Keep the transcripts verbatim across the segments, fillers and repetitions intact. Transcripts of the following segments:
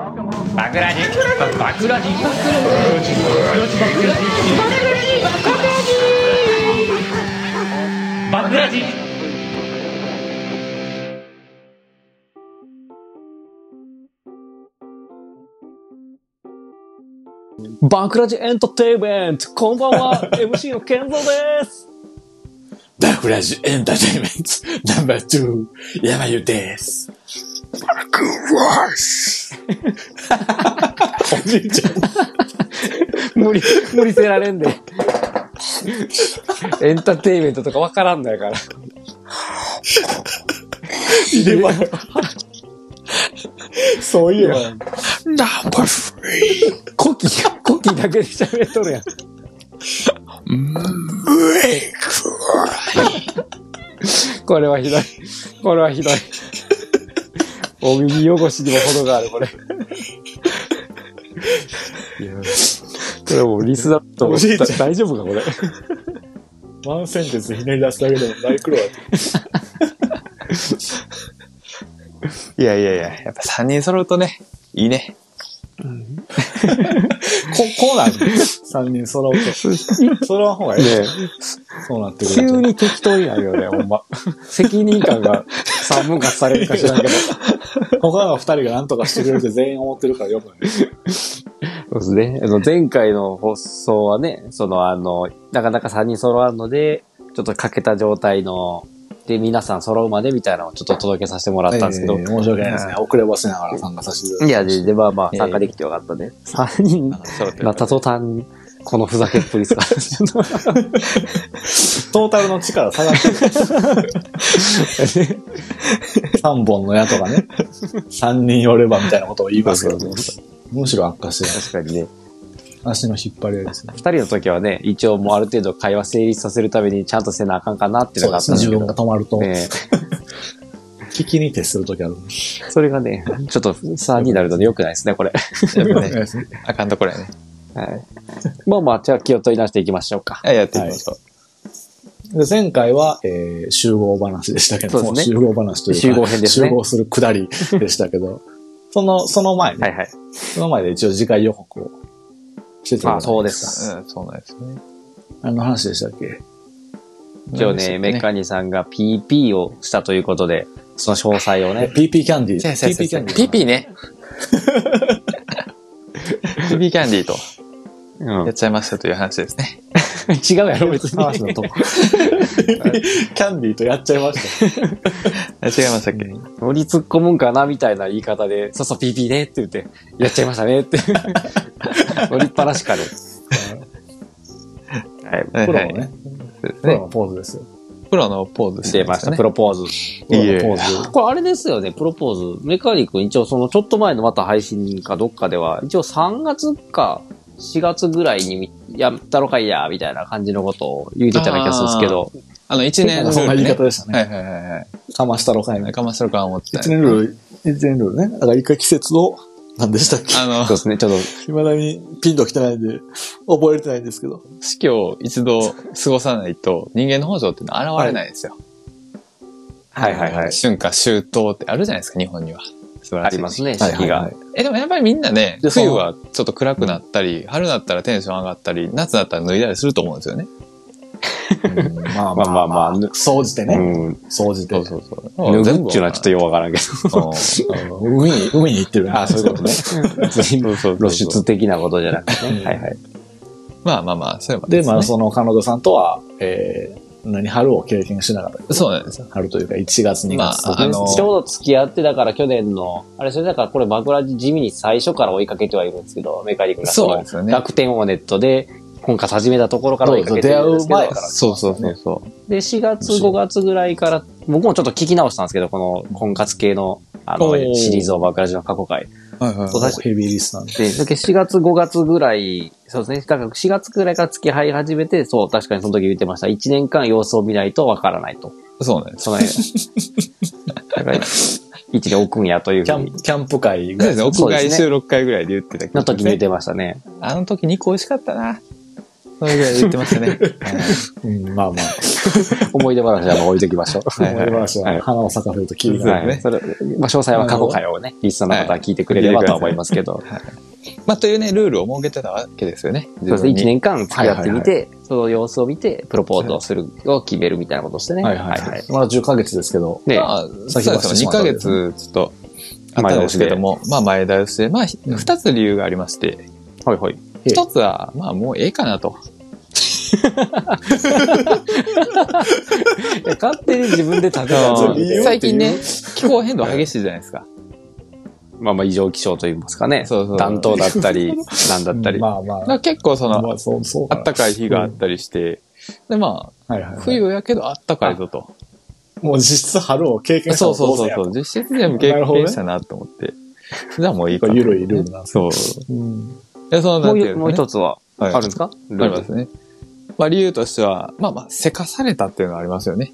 バクラジバクラジバクラジバクラジエンターテイメント、こんばんは。エムシー のケンゾーです。 バクラジエンターテイメントナンバーツー山湯です。バクラジおじいちゃん無理無理せられんでエンターテイメントとかわからんのやから入れまそういえばナンバースリーコキコキだけで喋っとるやん。 ブレイクこれはひどい。これはひどい。お耳汚しにも程がある、これ。いや、これもうリスナーと大丈夫か、これ。 ワンセンテンスひねり出すだけでも大苦労だって。 いやいやいや、やっぱさんにん揃うとね、いいね。 うん、こ, こうなんです。さんにん揃うと。揃わん方がいいね。そうなってくる。 急に適当になるよね、ほんま。責任感が三分割されるか知らんけど。 他のふたりが何とかしてくれるって全員思ってるからよくない。 そうですね。あの前回の放送はね、そのあの、なかなかさんにん揃わんので、ちょっと欠けた状態の、で、皆さん揃うまでみたいなのをちょっと届けさせてもらったんですけど。 えー、申し訳ないですね。遅ればせながら参加させていただきいや、で、で、まあまあ参加できてよかったね。さんにんなった途端に、このふざけっぷりですかトータルの力下がってる。さんぼんの矢とかね。さんにん寄ればみたいなことを言いますけど、むしろ悪化してる。 確かにね。 足の引っ張り合いですね。 二人の時はね、一応もうある程度会話成立させるためにちゃんとせなあかんかなっていうのがあったんですけど。 自分が止まると。 ね、 聞きに徹する時ある。 それがね、ちょっとさんになると良くないですね、これ。 やっぱね、あかんところやね。 はい。まあまあ、じゃあ気を取り出していきましょうか。 はい、やっていきましょう。はい、で前回は、えー、集合話でしたけども、ね、集合話というか、 集合編ですね。 集合するくだりでしたけど、その、その前ね、 はいはい。 その前で一応次回予告をしてたじゃないですか。 あ、そうです。 うん、そうなんですね。 何の話でしたっけ？ 一応ね、メカニさんが ピーピー をしたということで、その詳細をね。 ピーピー キャンディー。 ピーピー キャンディー。ピーピー ね。ピーピー キャンディーと、やっちゃいましたという話ですね。 違うやろ、別に。 話のとこ。キャンディーとやっちゃいました。 違いましたっけ？ 乗り突っ込むんかなみたいな言い方で、そうそう ピーピー ねって言って、やっちゃいましたねって。乗りっぱなしかね。 はい。プロのね。プロのポーズですよ。 プロのポーズですね。 出ました、プロポーズ。 プロのポーズ。 これあれですよね、プロポーズ。メカニック一応そのちょっと前のまた配信かどっかでは、一応さんがつかしがつぐらいにやったろかいや、みたいな感じのことを言うてたような気がするんですけど。 あの、一年ルール、ね。 そんな言い方でしたね。 はいはいはいはい。 かましたろかいね。 かましたろか思ってた。 一年ルール、一年ルールね。だから一回季節を、何でしたっけ？ あの、 そうですね、ちょっと。 未だにピンと来てないんで、覚えれてないんですけど。 四季を一度過ごさないと、人間の本性っていうのは現れないですよ。 はいはいはい。 春夏秋冬ってあるじゃないですか、日本には。素晴らしい。 ありますね、四季が。はいはい、 え、でもやっぱりみんなね、冬はちょっと暗くなったり、春だったらテンション上がったり、夏だったら脱いだりすると思うんですよね。 うんまあまあまあまあ、総じてね。 うん。 総じて。 そうそうそう。 脱ぐっていうのはちょっとよくわからんけど。 海に、海に行ってる。 ああ、そういうことね。露出的なことじゃなくてね。はいはい。 まあまあまあ、そういうことで、まあその彼女さんとは、えー、何、春を経験しながら。 そうなんですよ。 春というかいちがつにがつとか、 まあ、あのー、ちょうど付き合ってだから去年の、あれそれだからこれバクラジ地味に最初から追いかけてはいるんですけど、メカニックがそうですよね。 楽天オーネットで、婚活始めたところから追いかけてるんですけど。 出会う前から。 そうそうそうそう。 で、しがつ、ごがつぐらいから、僕もちょっと聞き直したんですけど、この婚活系の、あの、シリーズをバクラジの過去回。 はいはいはい。ヘビーリスナーで。で、しがつ、ごがつぐらい、そうですね。だからしがつぐらいから付き合い始めて、そう、確かにその時言ってました。いちねんかん様子を見ないとわからないと。 そうなんです。 その辺。だから、一年置くんやというふうに。キャンプ、キャンプ会ぐらいですね。屋外収録会ぐらいで言ってたけど、 の時に言ってましたね。 あの時肉美味しかったな。 それぐらい言ってましたね。はいうん、まあまあ。 思い出話はもう置いときましょう。 はい思い出話はいは花を咲かせると聞いてはいそれ、まあ、詳細は過去回をね、リスナーの方は聞いてくれればとは思いますけど。 まあ、というね、ルールを設けてたわけですよね。 そうですね、いちねん。 んかん付き合ってみて、その様子を見て、プロポーズをする、を決めるみたいなことしてね。 はいはいはい。まだじゅっかげつですけど。 ねまあ、そう先ですね、にかげつちょっとあったんですけども、まあ前倒しで、まあ二つ理由がありまして、 はいはい。 一つは、まあもうええかなと。 いや勝手に自分で立てたそう理由っていう最近ね、気候変動激しいじゃないですか。 まあまあ異常気象と言いますかね。 そうそう暖冬だったり、なんだったり。 まあまあ。 だから結構その、 まあそう、そうかな。 あったかい日があったりして、でまあ、 はいはいはい。 冬やけどあったかいぞと。 もう実質春を経験したそうそうそうう。 そう、実質全部経験したなと思って。じゃあもういいかな。 ゆるいルールなんですそう。 うん。 で、その、なんていうもうもう一つは、あはいるんですかありますね。まあ理由としては、まあまあ、せかされたっていうのはありますよね。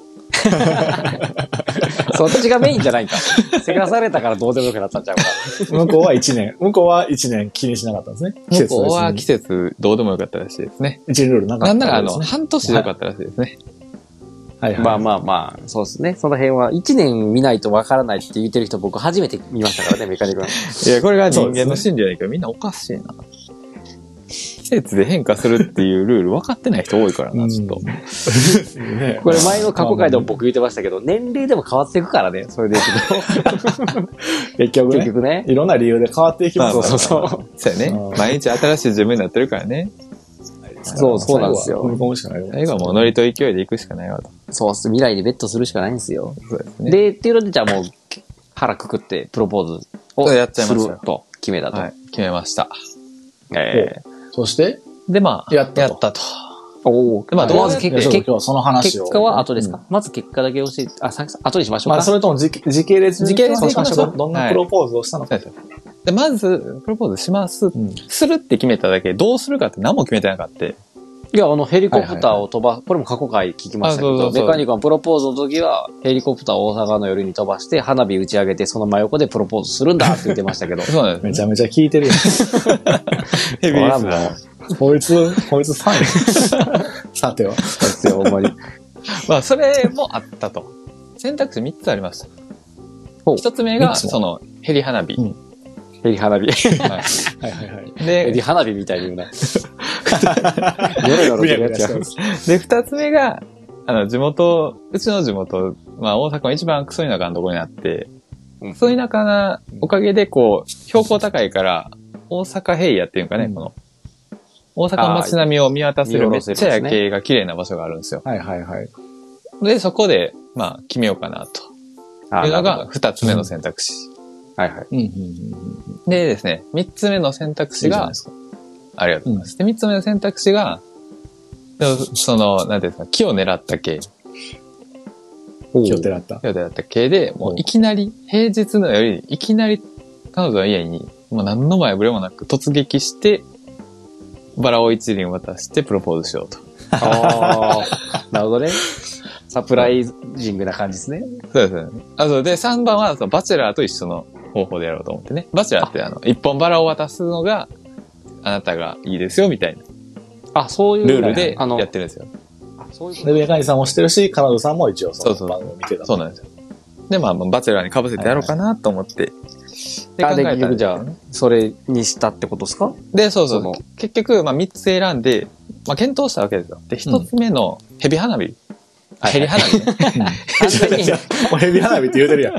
そっちがメインじゃないか。せかされたからどうでもよくなったんちゃうか。 向こうは一年、向こうは一年気にしなかったんですね。 向こうは季節節どうでもよかったらしいですね。 一年ルールなかったなんならあの、 ですね。 半年でよかったらしいですね。 はいはい。 まあまあまあ、そうですね。その辺は、一年見ないとわからないって言ってる人僕初めて見ましたからね、メカニックの。 いや、これが人間の心理やねんけど、みんなおかしいな。季節で変化するっていうルール分かってない人多いからな、ちょっと。 ねこれ前の過去回でも僕言ってましたけど、年齢でも変わっていくからね、それでいくと。 結局ね。 結局ね。 いろんな理由で変わっていきますから。 そうそうそう。 そうやねう。ん毎日新しい自分になってるからね。 そうそうなんですよ最後は踏み込むしかないよ。 最後はもうノリと勢いで行くしかないわと。 そうっす。未来にベットするしかないんですよ。 そうですね。 で、っていうので、じゃあもう、腹くくってプロポーズをそうやっちゃいましたよすると決めたと。 はい。決めました。 えそして、 で、まあ、 やったとやったと。 ー、おーまあまずいやちょっと結結今日はその話を。 結果は後ですか、 うんまず結果だけ教えて、あ、さ後にしましょうか。 まあ、それとも時時系列時系列でそうしましょうか。どんなプロポーズをしたのか。 で、まず、プロポーズします。 うんするって決めただけ、どうするかって何も決めてなかった。 いや、あの、ヘリコプターを飛ば、これも過去回聞きましたけど、 あそうそうそうメカニカのプロポーズの時は、ヘリコプターを大阪の夜に飛ばして、花火打ち上げて、その真横でプロポーズするんだって言ってましたけど。 そうなんですね。 めちゃめちゃ聞いてるやん。 ヘビーですほらもうこいつ、こいつファンや。さては。 ですよ、ほんまに。 まあ、それもあったと。選択肢みっつありましたほう。 一つ目が、 三つもその、ヘリ花火。 うんヘリ花火。 ははいはいはい。 いヘリで、 花火みたいに言うな。ヨロヨロするやつや。 で、二つ目が、あの、地元、うちの地元、まあ、大阪の一番クソ田舎のとこにあって、 うんクソ田舎なおかげで、こう、標高高いから、大阪平野っていうかね、 うんこの、大阪の街並みを見渡せるめっ見下ろせるんですねちゃ夜景が綺麗な場所があるんですよ。 はいはいはい。 で、そこで、まあ、決めようかな、とあいうのがなるほど二つ目の選択肢。 はいはい。 うんうんうんうん。 でですね、三つ目の選択肢がいいじゃないで、すか。 ありがとうございます。で、三つ目の選択肢が、でもその、なんていうんですか、木を狙った系。 気をてらった。 木を狙った系で、もううんいきなり、平日の夜に、いきなり彼女の家に、もう何の前触れもなく突撃して、バラを一輪渡してプロポーズしようと。 ああ、なるほどね。サプライジングな感じですね。 そうですね。あ、そうで、さんばんは、そのバチェラーと一緒の方法でやろうと思ってね。バチェラーって、あの、一本バラを渡すのが、あなたがいいですよ、みたいなあ、そういうルールであのやってるんですよ。 そういうで、メカニさんもしてるし、彼女さんも一応そそうそうの番組を見てた。 そうなんですよ。で、まあ、まあバチェラーに被せてやろうかなと思って。であ、で、 考えたん結局じゃあですよね、 それにしたってことですかで、そうそうその結局、まあ、みっつ選んで、まあ、検討したわけですよ。で、ひとつめのヘビ花火。あヘリ花火ね。 完全にもうヘビ花火って言うてるやん。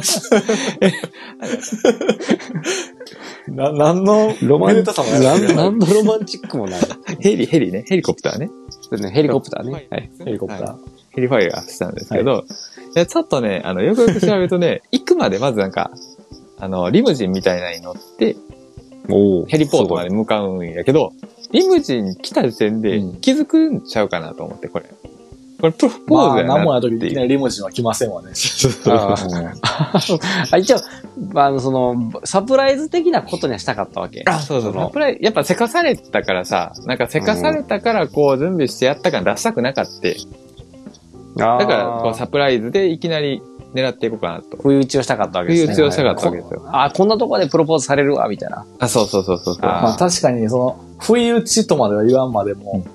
な、なんの、 ロマンめでたさもやるなんなんのロマンチックもない。 ヘリ、ヘリね。ヘリコプターね。 ねヘリコプターね。はい。 ヘリコプター。 ヘリファイアしたんですけど、いやちょっとね、あの、よくよく調べるとね、行くまでまずなんか、あの、リムジンみたいなのに乗って、 おヘリポートまで向かうんやけど、リムジン来た時点でうん気づくんちゃうかなと思って、これ。これプロポまあ、 ーズや何もなっていう。 やときいきなりリムジンは来ませんわね。 ああ一応、まあ、あの、その、サプライズ的なことにはしたかったわけ。 あ、そうそう。 そのサプライやっぱせかされたからさ、なんかせかされたからこう準備してやった感出したくなかった。 だだからこうサプライズでいきなり狙っていこうかなと。 不意打ちをしたかったわけですね。 不意打ちをしたかったわけですよ。 あ、こんなとこでプロポーズされるわ、みたいな。 あ、そうそうそうそうそう。 あまあ確かに、その、不意打ちとまでは言わんまでも、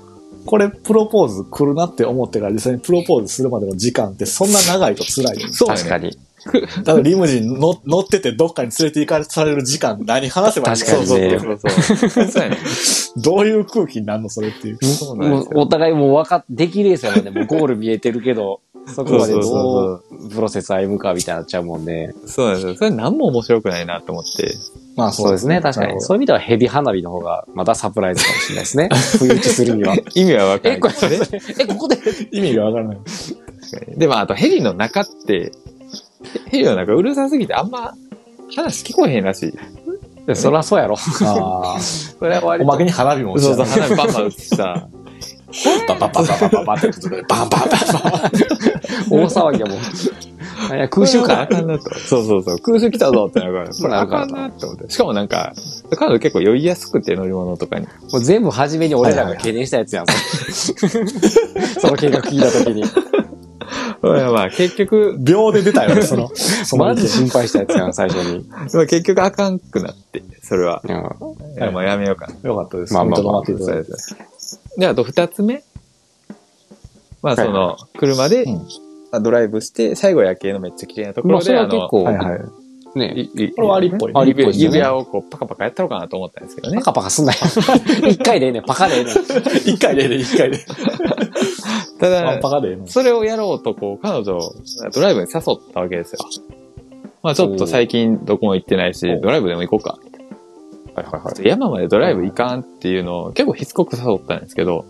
これプロポーズ来るなって思ってから実際にプロポーズするまでの時間ってそんな長いと辛いよね。 そうね確かに。 だからリムジン乗乗っててどっかに連れて行かされる時間何話せばいいの確かにねそうそうそう。そうやね。 どういう空気になるのそれっていう。 そうなんですよもうお互いもう分かっ、できレースやもんね。もうゴール見えてるけど、そこまでそうそうどうプロセス歩むかみたいになっちゃうもんね。 そうなんですよ。それ何も面白くないなと思って。 まあそうですね、確かに。そういう意味ではヘビ花火の方がまだサプライズかもしれないですね。不意打ちするには。 意味はわかんなえ、 いこけどね。 れ、え、ここで。 意味がわからない。 でも、あとヘリの中って、ヘリの中うるさすぎてあんま話聞こえへんらしい。 そらそうやろ。 ああ。 それは割と。 おまけに花火も打ちそうそう、 上げ花火バンバン打ってさ、 バババババババってことでバンバンバンバン。 大騒ぎやもん。いや、空襲あかかんなと。そうそうそう。空襲来たぞってなるから、これあかんなって思って。しかもなんか、彼女結構酔いやすくて乗り物とかに。 もう全部初めに俺らが懸念したやつやん。その計画聞いたときに。 まあ結局、 秒で出たよね、その、そのマジ心配したやつやん、最初に。 まあ結局あかんくなって、それは。 うんいやまあやめようかな。 よかったです。 まあまあまあ見とどまっていただいて。 で、あと二つ目。まあその、車でうんドライブして、最後夜景のめっちゃ綺麗なところで、 まあそれはあの、 結構、 はいはい。 ね、 いいこれはありっぽいね。 ありっぽいですね指輪をこうパカパカやったのかなと思ったんですけどねパ。カパカすんなよ。一回でええねん、パカでええねん。 一回でいいね、一回で。 たワンパだ、 カでいいの。 それをやろうとこう、彼女をドライブに誘ったわけですよ。まあちょっと最近どこも行ってないしお、 ドライブでも行こうか。 はいはいはい。 山までドライブ行かんっていうのを結構しつこく誘ったんですけど、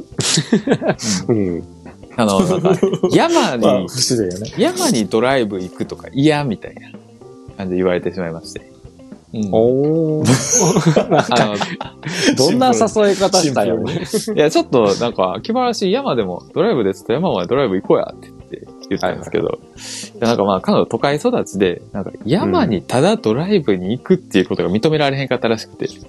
うん。 あの、なんか、山まあ、 に不、自然よね。 山にドライブ行くとか嫌みたいな感じで言われてしまいまして。 うんおー。 あどんな誘い方したよ。 シンプルにの、いや、ちょっとなんか気晴らしい山でもドライブですと山までドライブ行こうやって言って言ったんですけど、いやなんかまあ彼女都会育ちで、なんか山にただドライブに行くっていうことが認められへんかったらしくて、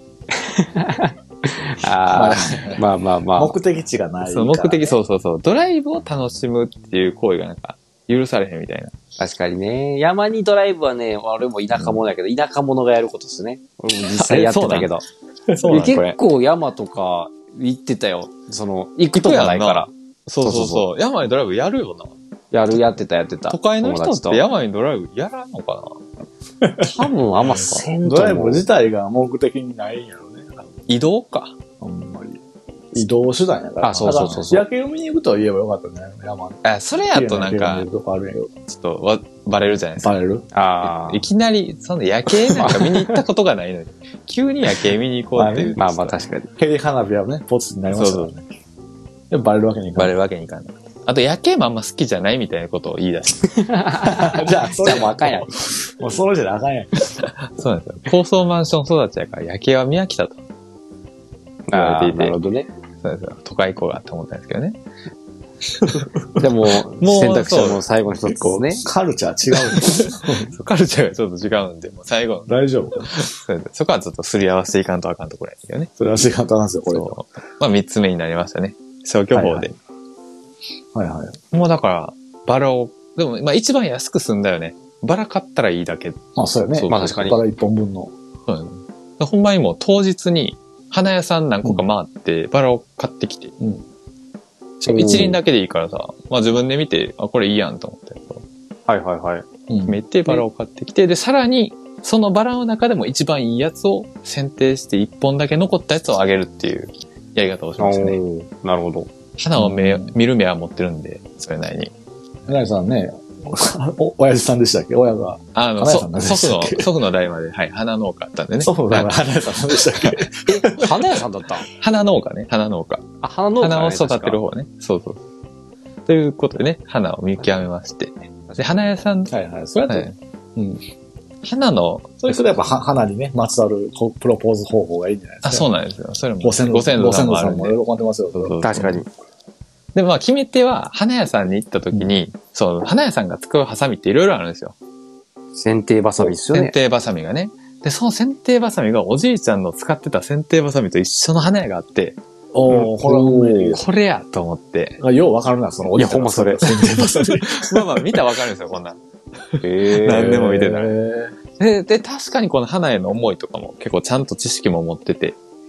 ああ、まあまあまあ。 目的地がないからね。 その目的、そうそうそう、ドライブを楽しむっていう行為がなんか許されへんみたいな。 確かにね。山にドライブはね、俺も田舎者やけど、田舎者がやることですね。俺も実際やってたけど。 そうなんこれ結構山とか行ってたよ。その、行くとこないから。 そうそうそう。山にドライブやるよな。 やる、やってた、やってた。 都会の人友達とって山にドライブやらんのか多分あんませんとドライブ思う。 自体が目的にないんやろね。 な。移動か。 あんまり。移動手段やから。 あそうそうそうそうだから夜景を見に行くと言えばよかったね、山に。 あ、それやとなんか綺麗夜景が見る、とこあるんやけど。 ちょっとわバレるじゃないですか。 バレるあいきなり、その夜景なんか見に行ったことがないのに、急に夜景見に行こうっていう。 あ。まあまあ確かに。 ヘリ花火はね、ポツになりましたからね。でもバレるわけにいかない。 バレるわけにいかんなかった。あと夜景もあんま好きじゃないみたいなことを言い出して。 じゃあ、 じゃあもうあかんやん。 もうそれじゃあかんやん。 そうなんですよ。高層マンション育ちやから夜景は見飽きたと言われていて。 なるほどね。 そうですよ。都会行こうかって思ったんですけどね。 でも、 もう選択肢の最後の一つですね。 カルチャー違うね。 そうカルチャーがちょっと違うんで、もう最後の大丈夫そうですそこはちょっとすり合わせていかんとあかんところやけどね。 それは時間となんですよ、これ。はそう。まあ三つ目になりましたね。消去法で。 いはい。 もうだから、バラを、でもまあ一番安く済んだよね。バラ買ったらいいだけ。 まあそうよね。 そうまあ確かにバラ一本分の。 うん、ほんまにもう当日に花屋さん何個か回ってバラを買ってきて。 うんしかも一輪だけでいいからさ、まあ自分で見て、あ、これいいやんと思って。 はいはいはい。 うん決めてバラを買ってきて、で、さらに、そのバラの中でも一番いいやつを選定して一本だけ残ったやつをあげるっていうやり方をしましたね。 おーなるほど。 花を目、 うん見る目は持ってるんで、それなりに。 柳さんね、お、親父さんでしたっけ親が。 あの、そ花屋さん何で祖父のしたっけ、 祖父の代まで、はい、花農家あったんでね。 祖父のはい花屋さんでしたっけえ、花屋さんだった花農家ね、花農家。 あ、花農家ね花を育てる方ね。そうそう。ということでね、花を見極めまして。で、花屋さん、 はいはい。それやと、 はいうん。 花の、 それそれやっぱは花にね、まつわるこプロポーズ方法がいいんじゃないですか。 あ、そうなんですよ。それも、 ご先祖ご先祖さんもあさんもるんで。 喜んでますよ。 そうそう確かに。 で、まあ、決め手は、花屋さんに行った時に、そう、花屋さんが使うハサミっていろいろあるんですよ。 剪定バサミですよね。 剪定バサミがね。で、その剪定バサミがおじいちゃんの使ってた剪定バサミと一緒の花屋があって、 おー、これは運命これやと思って。 ようわかるな、そのおじいちゃんが。 いやほんまそれ宣伝バサミまあまあ、見たらわかるんですよ、こんなん。 へ何でも見てたらへで、で、確かにこの花への思いとかも結構ちゃんと知識も持ってて、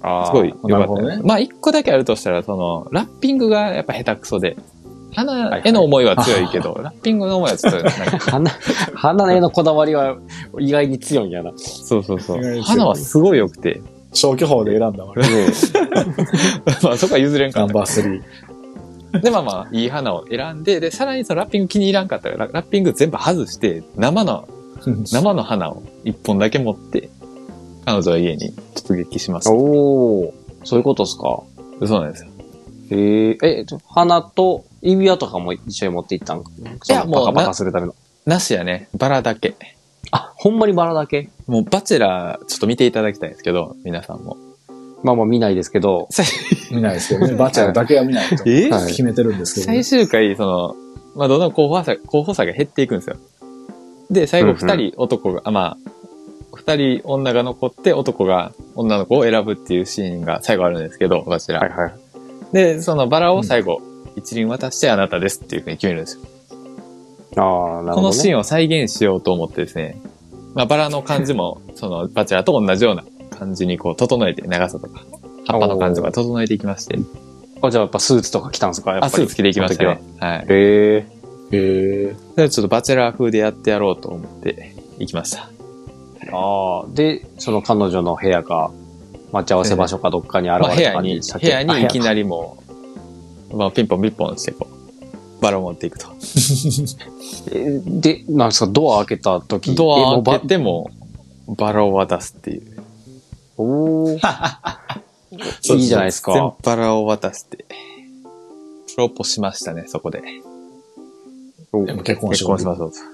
あーすごい良かったよなるほどねまあ一個だけあるとしたら、その、ラッピングがやっぱ下手くそで、花はいへの思いは強いけど、ラッピングの思いはちょっとなんか、 花、花へのこだわりは意外に強いんやな。ねそうそうそう意外に強い。 花はすごい良くて、 消去法で選んだわ。 まあそこは譲れんかったナンバースリー。 で、まあまあ、いい花を選んで、で、さらにそのラッピング気に入らんかったら、ララッピング全部外して、生の、生の花を一本だけ持って、彼女は家に突撃しました。 おー、そういうことですか。 そうなんですよ。 へーえ、ちょ花と指輪とかも一緒に持っていったんかいやもうパカパカするための。 なしやね。バラだけ。 あ、ほんまにバラだけもうバチェラー、ちょっと見ていただきたいんですけど、皆さんも。 まあまあ見ないですけど。 見ないですけどね。バチェラーだけは見ないとえはい決めてるんですけどね。 最終回、その、まあ、どんどん候補差、候補差が減っていくんですよ。で、最後二人男が、あ、まあ、二人女が残って男が女の子を選ぶっていうシーンが最後あるんですけど、バチェラー。 はいはい。 で、そのバラを最後、一輪渡してあなたですっていう風に決めるんですよ。 ああ、なるほど、ね。 このシーンを再現しようと思ってですね、まあ、バラの感じも、その、バチェラーと同じような感じにこう、整えて、長さとか、葉っぱの感じとか整えていきまして。 あ、じゃあやっぱスーツとか着たんですかやっぱあ、 り。 スーツ着ていきましたね。はい。 へえ。 へえ。 で、ちょっとバチェラー風でやってやろうと思って行きました。 ああ、で、その彼女の部屋か、待ち合わせ場所かどっかに現まあ、部れた屋に、 感じでしたっ部屋にいきり。 なりもう、まあ、ピンポンピンポンしてこう、バラを持っていくと。 えで、なんですか、ドア開けた時ドア開えもうばけても、バラを渡すっていう。 おー。 そういいじゃないです全か。 バラを渡して、プロポしましたね、そこで。 おでも結婚し結婚しましょうと。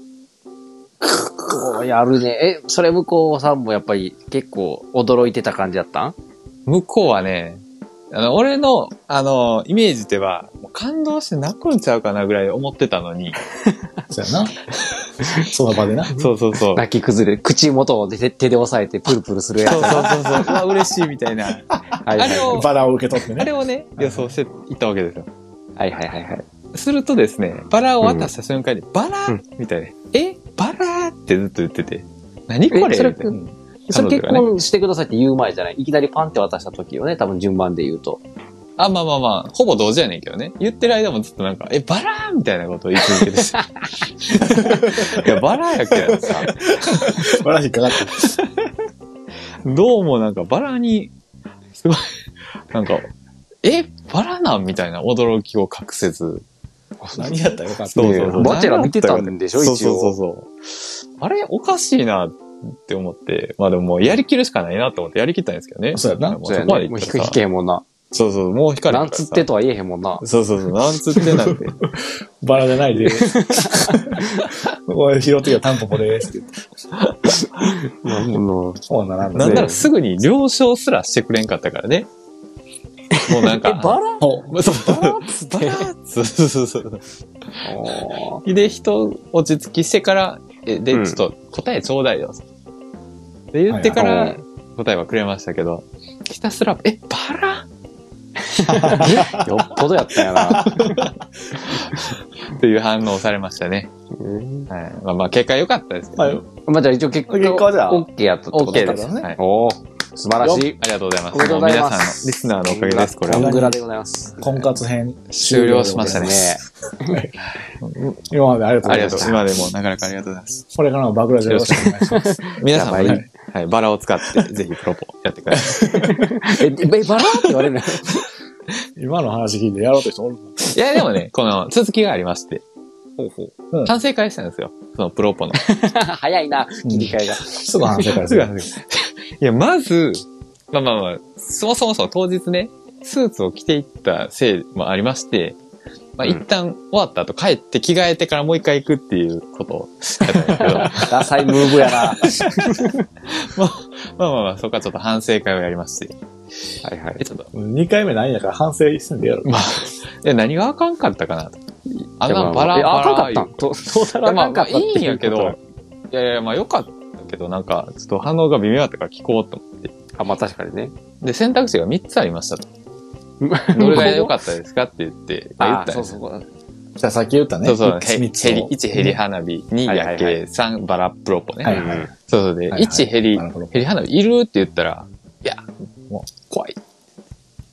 おやるね。え、それ向こうさんもやっぱり結構驚いてた感じだったん向こうはね、あの、俺の、あの、イメージでは、もう感動して泣くんちゃうかなぐらい思ってたのに。 そうやな。その場でな。 そうそうそう。 泣き崩れ、口元を手手で押さえてプルプルするやつ。 そうそうそうそう。うわ、嬉しいみたいな。 はいはいあれをバラを受け取ってね。 あれをね、予想していったわけですよ。 はいはいはいはい。 するとですね、バラを渡した瞬間に、バラ、 うんみたいな。えバラってずっと言ってて。何これえそれみたいなそれ結彼女がね婚してくださいって言う前じゃないいきなりパンって渡した時よね、多分順番で言うと。 あ、まあまあまあ、ほぼ同時やねんけどね。言ってる間もずっとなんか、え、バラみたいなことを言い続けてて。いや、バラやけどさ、 バラ引っかかってどうもなんかバラに、すごい、なんか、え、バラなんみたいな驚きを隠せず。 何やったらよかった。 そうそうそう。 バチェラー見てたんでしょそう一応そうそうそう。あれ、おかしいなって思って、まあでももうやりきるしかないなと思ってやりきったんですけどね。 そうやなもそこまでそうやね。もう引く引行ったらさけへんもんな。 そうそう、もう光なんつってとは言えへんもんな。 そうそうそう、なんつってなんて。 バラじゃないで。これ拾ってきたタンポポでーすって言って。 うんそうならんなんならすぐに了承すらしてくれんかったからね。もうなんか。 え、バララそう、バラっつって。バラそうそうそうそう。で、人落ち着きしてから、え、で、 うんちょっと答えちょうだいよ。で、言ってかはいら答えはくれましたけど、ひたすら、え、バラよっぽどやったんやな。 っていう反応をされましたね。はい。まあまあ、結果良かったですけど、 はいね。 まあじゃあ一応結果結果はじゃあオッケーやったってこと OK です。 ねはい。 おー素晴らしい。 ありがとうございます。 おめでとうございますも皆さんの、リスナーのおかげです、これは。 コングラでございます。 婚活編終了しましたねね。 今までありがとうございました。 ありがとう。今でも長らくありがとうございます。 これからのバグラジオよろしくお願いします。 皆さんもやばね、はい、バラを使って、ぜひプロポやってください。 え、えバラって言われるの今の話聞いてやろうとしておるのいや、でもね、この続きがありまして、 ほうほう。 うん反省会したんですよ。そのプロポの。 早いな、切り替えが。 すぐ反省会する。 すぐ反省会。いや、まず、まあまあまあ、そもそもその当日ね、スーツを着ていったせいもありまして、まあうん一旦終わった後帰って着替えてからもう一回行くっていうことをやったんだけど、まあダサいムーブやな。 まあまあまあ、そこはちょっと反省会をやりまして、 はいはいえ、。ちょっと、 にかいめないんやから反省せんでやろ。 まあ、いや、何があかんかったかなと。あんなバラえ、あかんかバラったんと、トータルいやまあ、 あかんかったってまあいいんやけど、 いうことは。 いやいや、まあよかったけど、なんか、ちょっと反応が微妙だったから聞こうと思って。 あ、まあ確かにね。 で、選択肢がみっつありましたと。どれが良かったですかって言って、まあ言あったんですよ。 そうそう。 じゃあさっき言ったね。 そうそう、 三つをヘリ、いちヘリ花火、にはいはいはい夜景、さんバラプロポね。 はいはい。 そうそうで、 はいはいいちヘリなるほど、 ヘリ花火いるって言ったら、いや、も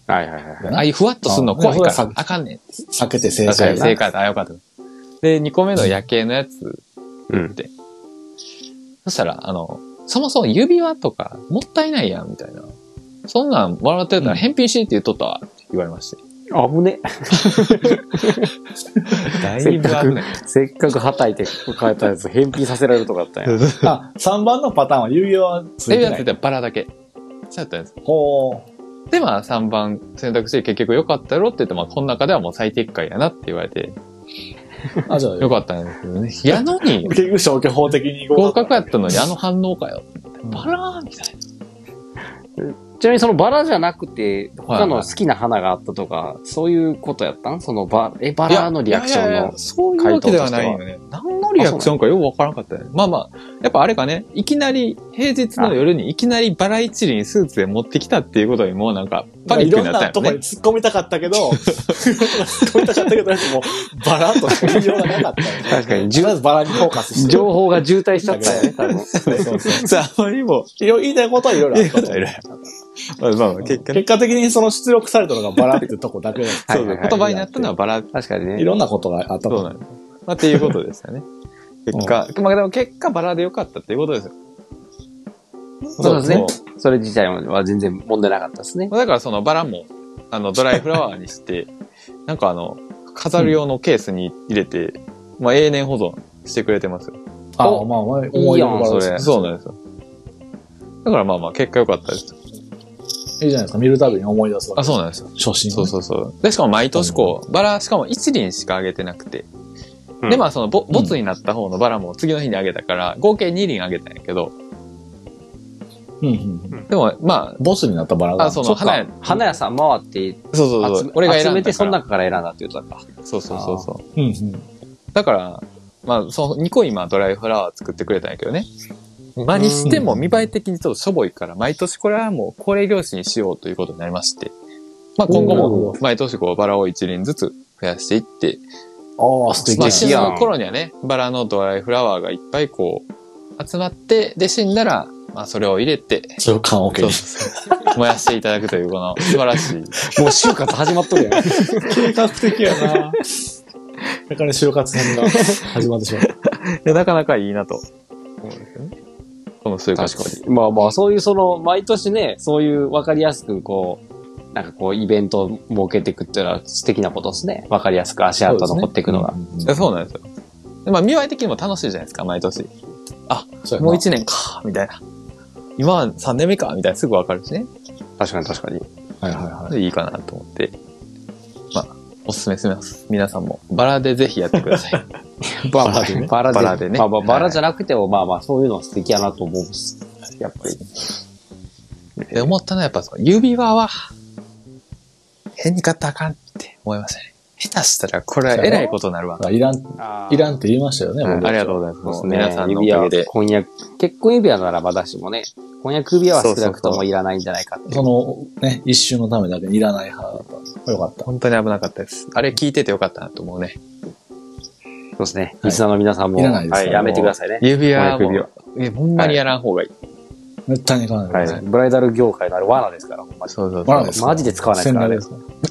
はいはいはい。 ああいうふわっとするの怖いからあ、 あかんねん。 避けて正確か解な。 に正解だ。あ、よかった。で、にこめの夜景のやつうんっ。て。そしたら、あの、そもそも指輪とかもったいないやん、みたいな。そんなんもらってたら返品しって言っとったわ、って言われまして。 危ね。 だせっかくね。、 せっかくはたいて変えたやつ返品させられるとかあったんや。 あ、さんばんのパターンは指輪はついてない。 指輪って言ったらバラだけ。そうやったんです。 ほう。 で、まあさんばん選択肢結局良かったやろって言って、まあこの中ではもう最適解やなって言われて、 あ、じゃあ、 良かったんですけどね。やのに、 結局消去法的に合格やったのにあの反応かよ。バラーみたいな。 ちなみにそのバラじゃなくて、他の好きな花があったとか、そういうことやったんそのバ、え、バラのリアクションいやいやいのやそういうわけではないよね。何のリアクションかよくわからなかったよね。まあまあ、やっぱあれかね、いきなり、平日の夜にいきなりバラ一輪スーツで持ってきたっていうことにもうなんか、パニックになったよいろんなとこにね。 突っ込みたかったけど、突っ込みたかったけど、もうバラとしか言いようがなかったよね。 確かにとりあえずバラにフォーカスして。 情報が渋滞しちゃったよね、多分。 そうそうそう。 さあ、あまりにも、 いろ言いたいことはいろいろあったと思う。 いろいろまあまあまあ、結果ね結果的にその出力されたのがバラっていうとこだけだった。 そうそう、言葉になったのはバラ。 確かにね。 いろんなことがあったと思う。 そうなんです。まあっていうことでしたね。結果、まあでも結果バラでよかったっていうことですよ。 そうですねそう。 それ自体は全然問題なかったですね。 まあだからそのバラも、あの、ドライフラワーにして、なんかあの、飾る用のケースに入れて、まあ永年保存してくれてますよ。 ああ、まあまあ、 いいやん思い出のバラですそれそうなんですよ。だからまあまあ結果良かったです。 いいじゃないですか。見るたびに思い出すわけあ、そうなんですよ。 初心。 そうそうそう。で、しかも毎年こう、バラ、しかも一輪しかあげてなくて。 うんで、まあそのボ、ボツになった方のバラも次の日にあげたから、合計二輪あげたんやけど、 うんうん。 でもまボスになったバラが。 あ、そのそっか花屋、 花屋さん回って、 そうそうそう集め俺が選んだから。 集めてその中から選んだって言ったか。 そうそうそうそう。 うんうん。 だから、まあ、そのにこ今ドライフラワー作ってくれたんやけどね。まあにしても見栄え的にちょっとしょぼいから、毎年これはもう高齢業種にしようということになりまして。まあ今後も毎年こうバラを一輪ずつ増やしていって、 ああ、素敵まあや死ぬ頃にはね、バラのドライフラワーがいっぱいこう集まって、で死んだら、まあそれを入れて、 それを缶オケそうに。 そうそう燃やしていただくというこの素晴らしい。 もう就活始まっとるやん。 計画的やな。だから就活編が始まってしまう。 いやなかなかいいなと思うんですよね。この就活確かに。まあまあ、そういうその、毎年ね、そういうわかりやすくこう、なんかこう、イベントを設けていくっていうのは素敵なことですね。わかりやすく足跡残っていくのが。 いやそうなんですよ。でまあ見栄え的にも楽しいじゃないですか、毎年。 そうやなもう一年か、みたいな。今は三年目か、みたいなすぐわかるしね。 確かに確かに。 はいはいはい。 でいいかなと思って。まあ、おすすめします。皆さんも。バラでぜひやってください。 バラでねバラで。 バラでねまあまあ、バラじゃなくても、まあまあ、そういうの素敵やなと思うんです。やっぱり。 で、思ったのはやっぱその指輪は、変に買ったらあかんって思いましたね。下手したらこれは偉いことになるわ。 いらん、 あいらんって言いましたよね、僕ありがとうございます。 そうですね。 皆さんのお指輪かげで。 婚約、結婚指輪ならまだしもね、婚約指輪は少なくともいらないんじゃないかっていう。 その、ね、一瞬のためだけにいらない派だった。よかった。 本当に危なかったです。あれ聞いててよかったなと思うね。 そうですね。リスナーの皆さんも、 いらないですはい、やめてくださいね。 指輪も婚約いやほんまにやらん方がいい。 絶対に買わないでください。 はい。ブライダル業界のあれ罠ですから、ほんまに。 そうそうそう。 バラですかマジで使わないですからね宣伝です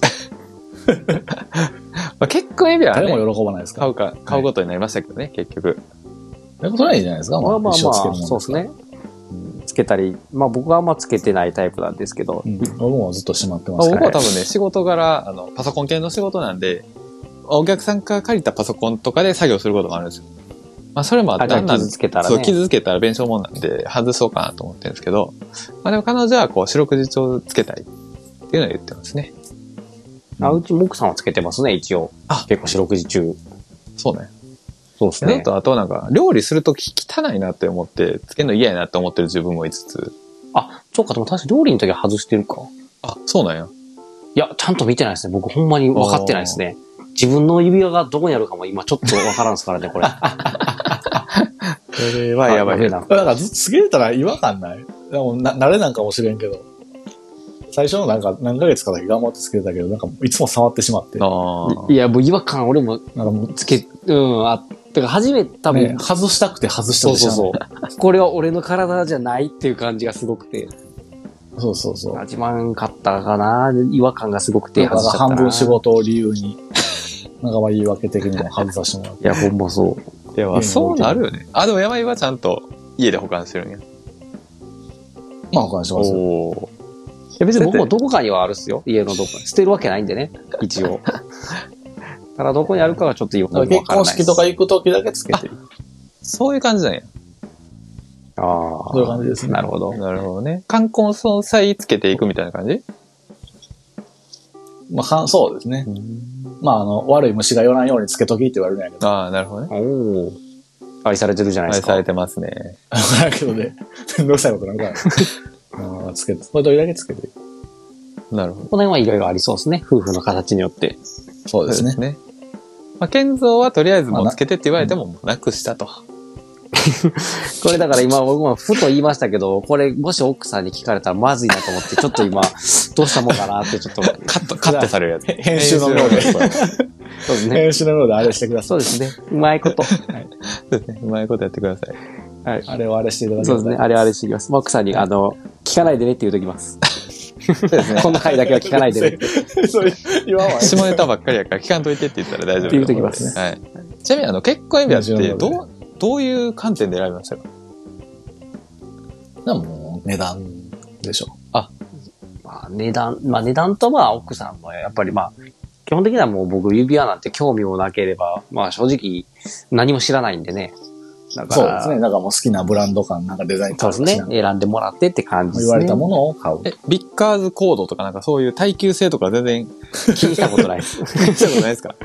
まあ、結婚指輪は誰ね、 も喜ばないですか買うか、買うことになりましたけどね、結局。 ら。それはいいじゃないですか。 まあまあ一生つけるもんまあ、そうですね。つけたり、まあ僕はあんまつけてないタイプなんですけど、 うん。僕もずっとしまってままあ、 すから。 僕は多分ね、仕事柄、あの、パソコン系の仕事なんで、お客さんから借りたパソコンとかで作業することもあるんですよ。まあ、それもあじゃあだんだん傷つけたらねそう、傷つけたら弁償もんなんで、外そうかなと思ってるんですけど、まあでも彼女はこう、四六時中つけたいっていうのを言ってますね。 あうちも奥さんはつけてますね、一応。 あ結構四六時中。 そうね。 そうですね。 であと、あとなんか、料理するとき汚いなって思って、つけるの嫌やなって思ってる自分もいつつ、 あ、そうか、でも確か料理の時は外してるか。 あ、そうなんや。 いや、ちゃんと見てないですね。僕ほんまに分かってないですね。自分の指輪がどこにあるかも今ちょっと分からんですからね、これ。 それはやばい。 な。 だからずっとつけれたら違和感ないでもな、慣れなんかもしれんけど。最初のなんか何ヶ月かだけ頑張ってつけてたけど、なんかいつも触ってしまって。なんあいや、もう違和感俺もかもう、 つけ、うん、あ、てか初めて多分、 ね、外したくて外したそうそうう。 そう。これは俺の体じゃないっていう感じがすごくて。 そうそうそう。 始まんかったかな。違和感がすごくてだから外しちゃったな。 半分仕事を理由に、なんかまあ言い訳的にも外させてもらって。 いや、ほんまそう。 いや、まあそうなるよね。あ、でも山井はちゃんと家で保管してるんや。 まあ保管してますよ。 おー。 いや別に僕もどこかにはあるっすよ。家のどこかに。捨てるわけないんでね。一応。ただどこにあるかがちょっとよくわからない結婚式とか行くときだけつけてる。 そういう感じなんや。 ああ。 そういう感じですね。 なるほど。 なるほどね。冠婚葬祭つけていくみたいな感じ？ まあ、かんそうですね。まあ、あの、悪い虫が寄らんようにつけときって言われるんやけど。 ああ、なるほどね。 おお。愛されてるじゃないですか。 愛されてますね。 だけどね、めんどくさいことなんかな。うんつけて、これどれだけつけてる。 なるほど。 この辺はいろいろありそうですね。夫婦の形によって。 そうですね。 ね。まあ、建造はとりあえずもうつけてって言われても、なくしたと。 これだから今僕もふと言いましたけど、これもし奥さんに聞かれたらまずいなと思って、ちょっと今、どうしたもんかなってちょっと。 カット、カットされるやつ。 編集の量で。 そうですね。 編集の量であれしてくださそうですね。うまいこと。 そうですね。うまいことやってください。 はい。 い。あれをあれしていただきそうですね。あれあれしてきます。奥さんに、あの、聞かないでねって言うときます。 そうですね。 この回だけは聞かないでねって。 そう言わんわよ。 下ネタばっかりやから聞かんといてって言ったら大丈夫。 って言うときますねはい。ちなみにあの、結婚指輪って、どもう、どういう観点で選びましたか？ でももう値段でしょ。 まあ値段、まあ値段とまあ奥さんもやっぱりまあ、基本的にはもう僕指輪なんて興味もなければ、まあ正直何も知らないんでね。だからそうですね。だからもう好きなブランド感なんかデザインそうですね。選んでもらってって感じですね。 言われたものを買う。 え、ビッカーズコードとかなんかそういう耐久性とか全然気にしたことないです。 気にしたことないですか？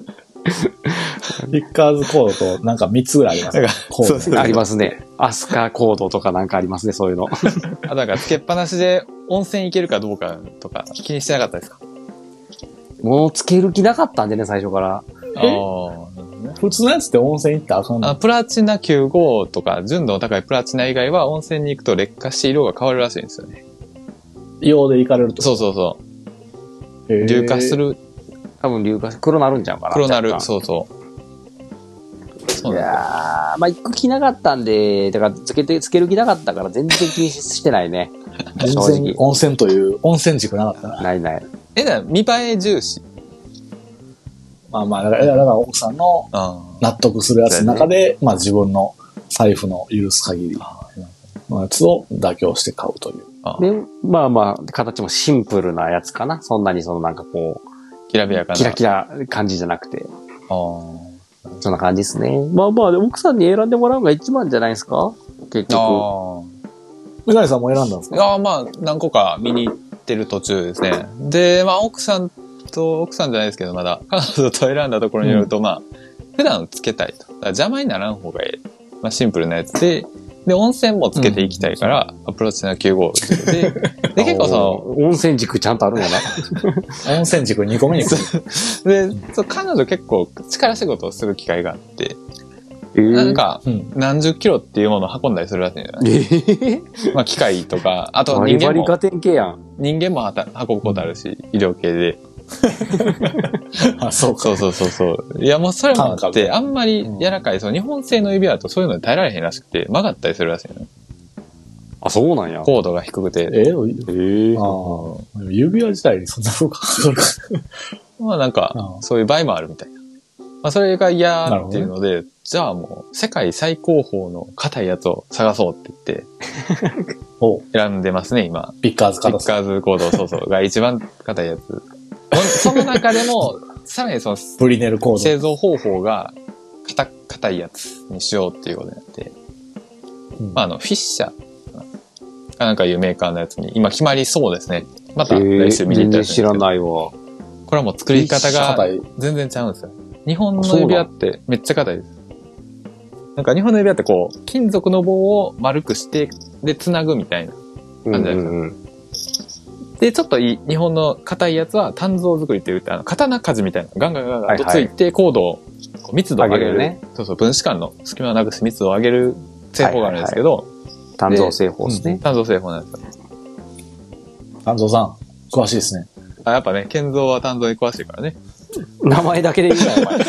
ビッカーズコードとなんかみっつぐらいありますねなんか。 コードそうそうありますね。アスカコードとかなんかありますね、そういうの。 あとなんかつけっぱなしで温泉行けるかどうかとか気にしてなかったですか？ もうつける気なかったんでね、最初から。 ああ。 普通のやつって温泉行ったらあかんのあプラチナきゅうじゅうごとか純度の高いプラチナ以外は温泉に行くと劣化して色が変わるらしいんですよね。 硫黄で行かれると。 そうそうそう。 へー硫化す。る、 多分硫化、黒なるんちゃうかな。 黒なる、 若干そうそう。そういなんだ。 やー、まあ、行く気なかったんで、だから、つけて、つける気なかったから、全然気にしてないね。 全正直。 然温泉という、温泉軸なかったな。 ないない。 え、だから見栄え重視。 まあまあ、だから、だから奥さんのあ納得するやつの中で、まあ自分の財布の許す限りのやつを妥協して買うという。 あ。 で、まあまあ、形もシンプルなやつかな。そんなにそのなんかこきらびやかう、 な。 キラキラ感じじゃなくて。 あーそんな感じですね。まあまあ、奥さんに選んでもらうのが一番じゃないですか結局。 あメガネさんも選んだんですー。いか？ やーまあ、何個か見に行ってる途中ですね。で、まあ、奥さんと、奥さんじゃないですけど、まだ、彼女と選んだところによると、まあ、普段つけたいと。だから邪魔にならん方がいい。まあ、シンプルなやつで、で、温泉もつけていきたいから、アプローチなきゅうじゅうごで、で、結構その、 温泉軸ちゃんとあるんやな。 温泉軸にこめに来る。 で、そう彼女結構力仕事をする機会があって、 えーなんか、 うん。 何十キロっていうものを運んだりするらしいんじゃないえー、 まあ、機械とか、あとバ人間も、 リバリガテン系やん。 人間もはた運ぶことあるし、医療系で。 あ、そうか。 そうそうそうそう。いや、もうそれもあって、 感覚あんまり柔らかい、その日本製の指輪だとそういうのに耐えられへんらしくて、曲がったりするらしいの。 あ、そうなんや。 高度が低くて。 ええー、 ああ。指輪自体にそんな風かかるか。 まあなんかあ、あそういう場合もあるみたいな。まあそれが嫌っていうので、じゃあもう世界最高峰の硬いやつを探そうって言って、 お選んでますね、今。 ビッカーズビッカダス。 カーズコード、そうそう、が一番硬いやつ。その中でも、さらにそのブリネルコー製造方法が硬硬いやつにしようっていうことになって、 ド。うんまああの、フィッシャーかなんかいうメーカーのやつに今決まりそうですね。またえー来週見に行ったりす全然知らるんですけど、 ないわ。 これはもう作り方が硬い。 全然ちゃうんですよ。日本の指輪ってめっちゃ硬いです。なんか日本の指輪ってこう、金属の棒を丸くして、で、繋ぐみたいな。 うん感じですかうんうん。 で、ちょっといい、日本の硬いやつは単造作りって言って、あの、刀鍛冶みたいな、ガンガンガンガンとついて、高度を、こう密度を上げる。 上げるねそうそう、分子間の隙間をなくす密度を上げる製法があるんですけど、 単造製法ですね。 単造製法なんですよ。 丹蔵さん、詳しいですね。 あ、やっぱね、建造は単造に詳しいからね。 名前だけでいいんだよ、お前。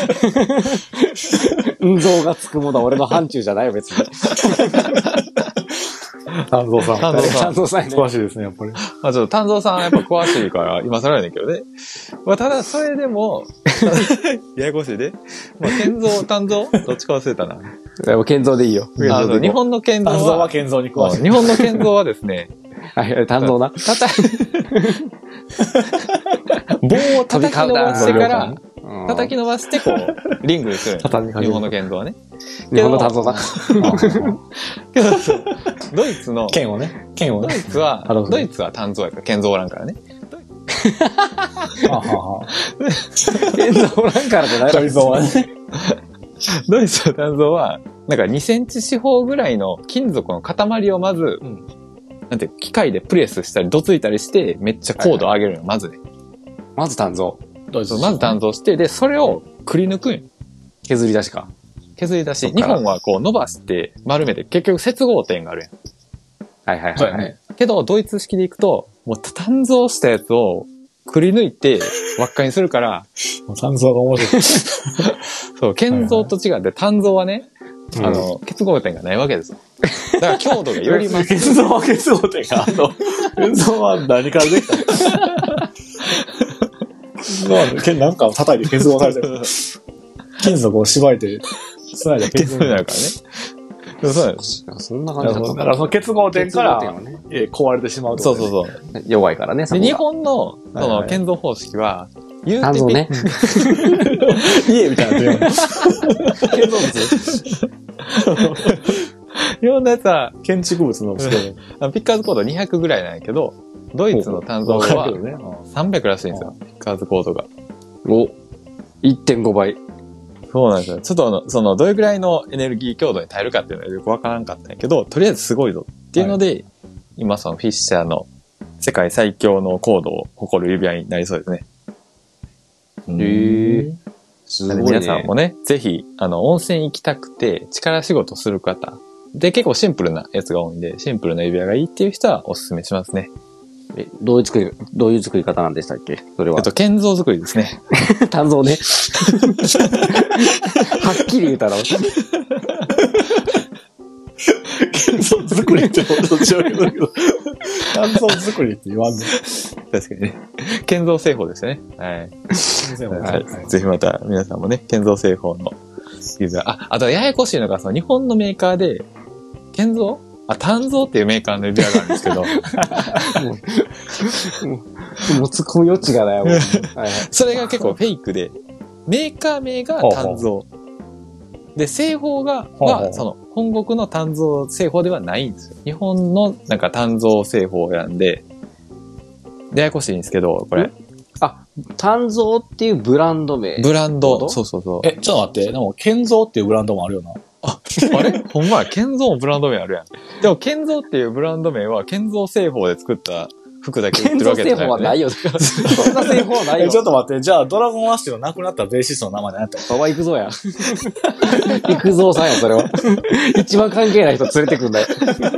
運動がつくものは俺の範疇じゃないよ、別に。 丹蔵さん。 丹蔵さん丹蔵さんね。 詳しいですね、やっぱり。 まあちょっと丹蔵さんやっぱ詳しいから今更やねんけどね。まあただそれでも、ややこしいで。まあ健三、丹蔵どっちか忘れたな。 でも健三でいいよ。 あの、日本の健三丹蔵はは、 健三に詳しい。 日本の健三はですね、 はい、丹蔵な。 たた、棒を叩き伸ばしてから、叩き伸ばしてこう、リングにするんよ畳みかける日本の剣道はね。 日本の丹蔵だ。 けど、ドイツの、 剣をね。剣をドイね。 ツはあの、 ドイツは丹蔵やから、剣道おらんからね。 ははは健三おらんからじゃないドイツはね。 ドイツの丹蔵は、なんかにセンチ四方ぐらいの金属の塊をまず、 うんなんていう機械でプレスしたり、どついたりして、めっちゃ高度を上げるの、まずね。 まず丹蔵。 ドイツまず丹蔵して、で、それをくり抜くんよ。 削り出しか。 削り出し、 そっから日本はこう伸ばして丸めて、結局接合点があるやん。 はいはいはい。 そうやね。 けど、ドイツ式でいくと、もう鍛造したやつをくり抜いて輪っかにするから、 もう丹蔵が面白い。 そう、建造と違って鍛造はね、あの、結合点がないわけですよ。だから強度がより増す。 結像は結合点があるの。結像は何からできたの剣なんかを叩いて結合されてる。金属を縛いて、つないで結合結合になるからね。そうなんです。 そんなだ感じだったからその結合点から結合点はねえー壊れてしまうってそうことそうそう。 ね弱いからね、そで、 こが日本の、その、 はいはい建造方式は、言うて丹蔵ね。 家みたいな点。 建造物いろんなやつは、 建築物の作る。 あのピッカーズコードにひゃくぐらいなんやけど、ドイツの鍛造はわかるけどね。 さんびゃくらしいんですよ。ピッカーズコードが。 お、いってんごばい。 そうなんですよ。ちょっとあの、その、どれぐらいのエネルギー強度に耐えるかっていうのはよくわからんかったんやけど、とりあえずすごいぞっていうので、今そのフィッシャーの世界最強のコードを誇る指輪になりそうですね。 へえ。すごいね。 なので皆さんもね、ぜひ、あの、温泉行きたくて力仕事する方、で、結構シンプルなやつが多いんで、シンプルな指輪がいいっていう人はおすすめしますね。 えどういう作り、どういう作り方なんでしたっけそれはえっ。と、建造作りですね。 丹蔵ね。はっきり言うたら。 建造作りってどっちも言うけど。建造作りって言わんね。 確かにね。建造製法ですよね。はい。 先生もはい。ぜひまた皆さんもね、建造製法の指輪。あ、あとややこしいのが、その日本のメーカーで、建造あ、鍛造っていうメーカーの指輪があるんですけど、 もう突っ込む余地がないもん。はいはい。 それが結構フェイクで、メーカー名が鍛造。で、製法が、 ほうほは、 うその、本国の鍛造製法ではないんですよ。日本のなんか鍛造製法を選んで、ややこしいんですけど、これ。 あ、丹蔵っていうブランド名。 ブランド。 どういうことそうそうそう。 え、ちょっと待って。でも、建造っていうブランドもあるよな。 あれほんまや、建造もブランド名あるやん。でも、建造っていうブランド名は、建造製法で作った服だけ売って建るわ造製けじゃない、ね。 法はないよ。そんな製法はないえ、 よ。 ちょっと待って。じゃあ、ドラゴンアッシュの亡くなったベーシストの名前何やったの馬場行くぞや。行くぞさんや、それは。一番関係ない人連れてくんだよ。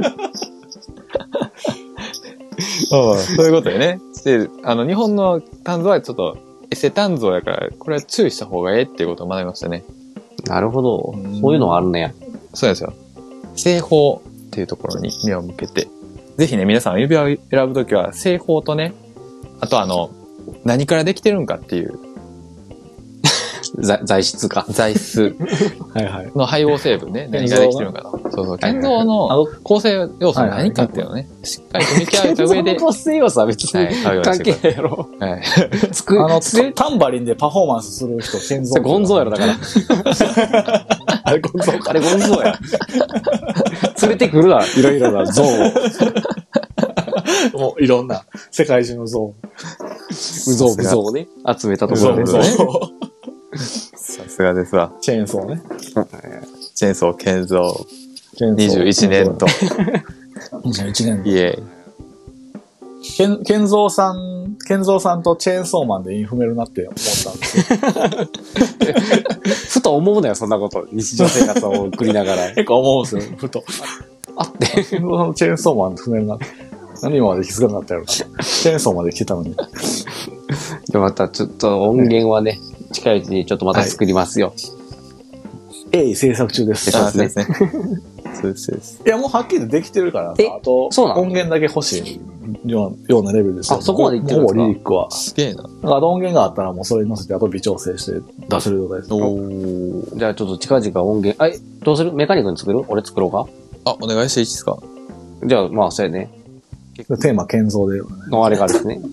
うん、そういうことでね。で、あの、日本の鍛造はちょっと、エセ鍛造やから、これは注意した方がええっていうことを学びましたね。 なるほどうん。 そういうのはあるねや。 そうですよ。製法っていうところに目を向けて、ぜひね、皆さん指輪を選ぶときは、製法とね、あとあの、何からできてるんかっていう、 材材質か。 材質はいはい。 の配合成分ね、何ができてるのかと。そうそう、建造の構成要素は何かっていうのをね、しっかりと見極めた上で、 構成要素は別はいに買うようにして関係くださいないやろ。 はい。 作あの、 作れタンバリンでパフォーマンスする人、建造。 ゴンゾーやろ、だから。 あれ、ゴンゾーか。 あれゴンゾーや。連れてくるな、いろいろなゾーンを。 もう、いろんな、世界中の像。 うぞう、うぞうをね、集めたところで像すね。 さすがですわ。 チェーンソーね。 チェーンソー建造チェーンソーにじゅういちねんと、 にじゅういちねん。 イエケン、ケンゾーさん、ケンゾーさんとチェーンソーマンでインフメるなって思ったんですよ。 ふと思うなよ、そんなこと。日常生活を送りながら。 結構思うんですよ、ふと。 あって。 ケンゾーさんとチェーンソーマンで踏めるなって。何今まで気づかなかったやろな。チェーンソーまで来てたのに。 で、またちょっと音源はね、近いうちにちょっとまた作りますよ。 鋭意制作中です。 ーイ。あ、そうですね。 そうですそうです。 いや、もうはっきりできてるからえさ、あと、 そうなの音源だけ欲しいようなようなレベルですよ。 あそこまでいってるんですかほぼリリックは。 すげえな。 だから音源があったらもうそれに乗せて、あと微調整して出せる状態です。 おー。 じゃあちょっと近々音源、あ、えどうするメカニックに作る俺作ろうかあ、お願いしていいですか？ じゃあ、まあ、そうやね。 テーマ、建造で。 のあれがですね。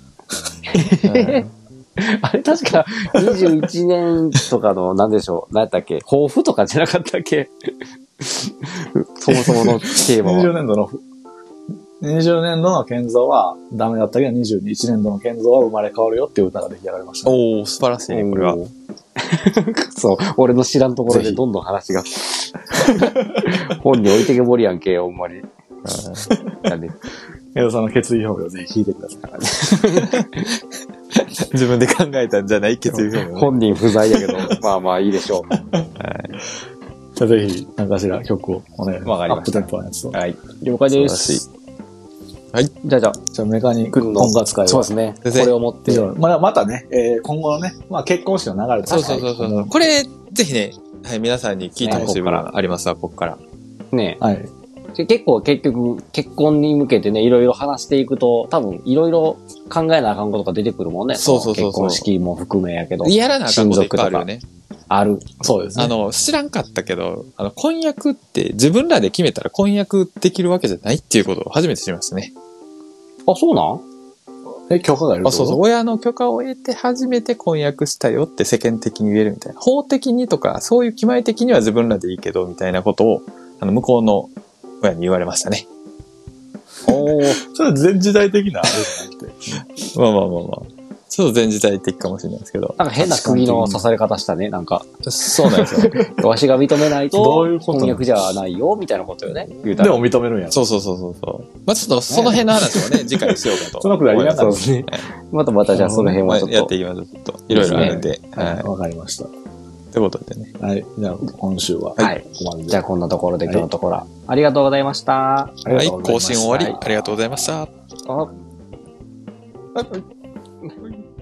あれ確かにじゅういちねんとかの、なんでしょう、何やったっけ抱負とかじゃなかったっけそもそものテーマにじゅうは。 ねんどの、にじゅうねんどの建造はダメだったけど、にじゅういちねんどの建造は生まれ変わるよっていう歌が出来上がりました。 おー、素晴らしいね、これは。 おー。そう、俺の知らんところでどんどん話が。本に置いてけぼりやんけ、ほんまに。なんで江戸さんの決意表明をぜひ聞いてください。 自分で考えたんじゃない決意表明。 本人不在やけど、まあまあいいでしょじゃあぜひ、何かしら曲をお願いします。 わかりましたアップテンポのやつと。 う。はい。了解です。 素はい。 じゃあじゃあ、 じゃあメカニック君の音楽会は。 そうですね。こ先生れを持って以。上。まあ、またね、えー今後のね、まあ結婚式の流れとかそうそうそうそう。 はいこれ、ぜひね、はい、皆さんに聞いてほしい部分がありますわ、ここから。 ねはい。 で結構結局、結婚に向けてね、いろいろ話していくと、多分いろいろ考えなあかんことが出てくるもんね。 そうそうそうそう結婚式も含めやけど。 やらなあかんこといっぱいあるよね。 ある。 そうですね。 あの、知らんかったけど、あの、婚約って自分らで決めたら婚約できるわけじゃないっていうことを初めて知りましたね。 あ、そうなんえ、許可がいるあ、そうそう。親の許可を得て初めて婚約したよって世間的に言えるみたいな。法的にとか、そういう決まり的には自分らでいいけど、みたいなことを、あの、向こうの親に言われましたね。 おー。 それは全時代的なあれじゃなくて。 まあまあまあまあ。ちょっと全時代的かもしれないですけど。 なんか変な釘の刺され方したね。なんか、 そうなんですよ。 わしが認めないと、 どういうこと婚約じゃないよ、みたいなことよね。言うたら。 でも認めるんやろ。 そうそうそうそうそう。まあちょっとその辺の話もね、次回しようかと。 そのくらいいらそうですね。またまたじゃあその辺まあはちょっとやってい。きましょう。ちょっと、いろいろあるんで。 は。 はいい。 わかりました。 ってことでね。 はい。じゃあ、今週は。 はい。 ここまででじゃあこんなところで今日のところは、ありがとうございました。 ありがはい、 とうございました更新終わり、 はいありがとうございました。 あ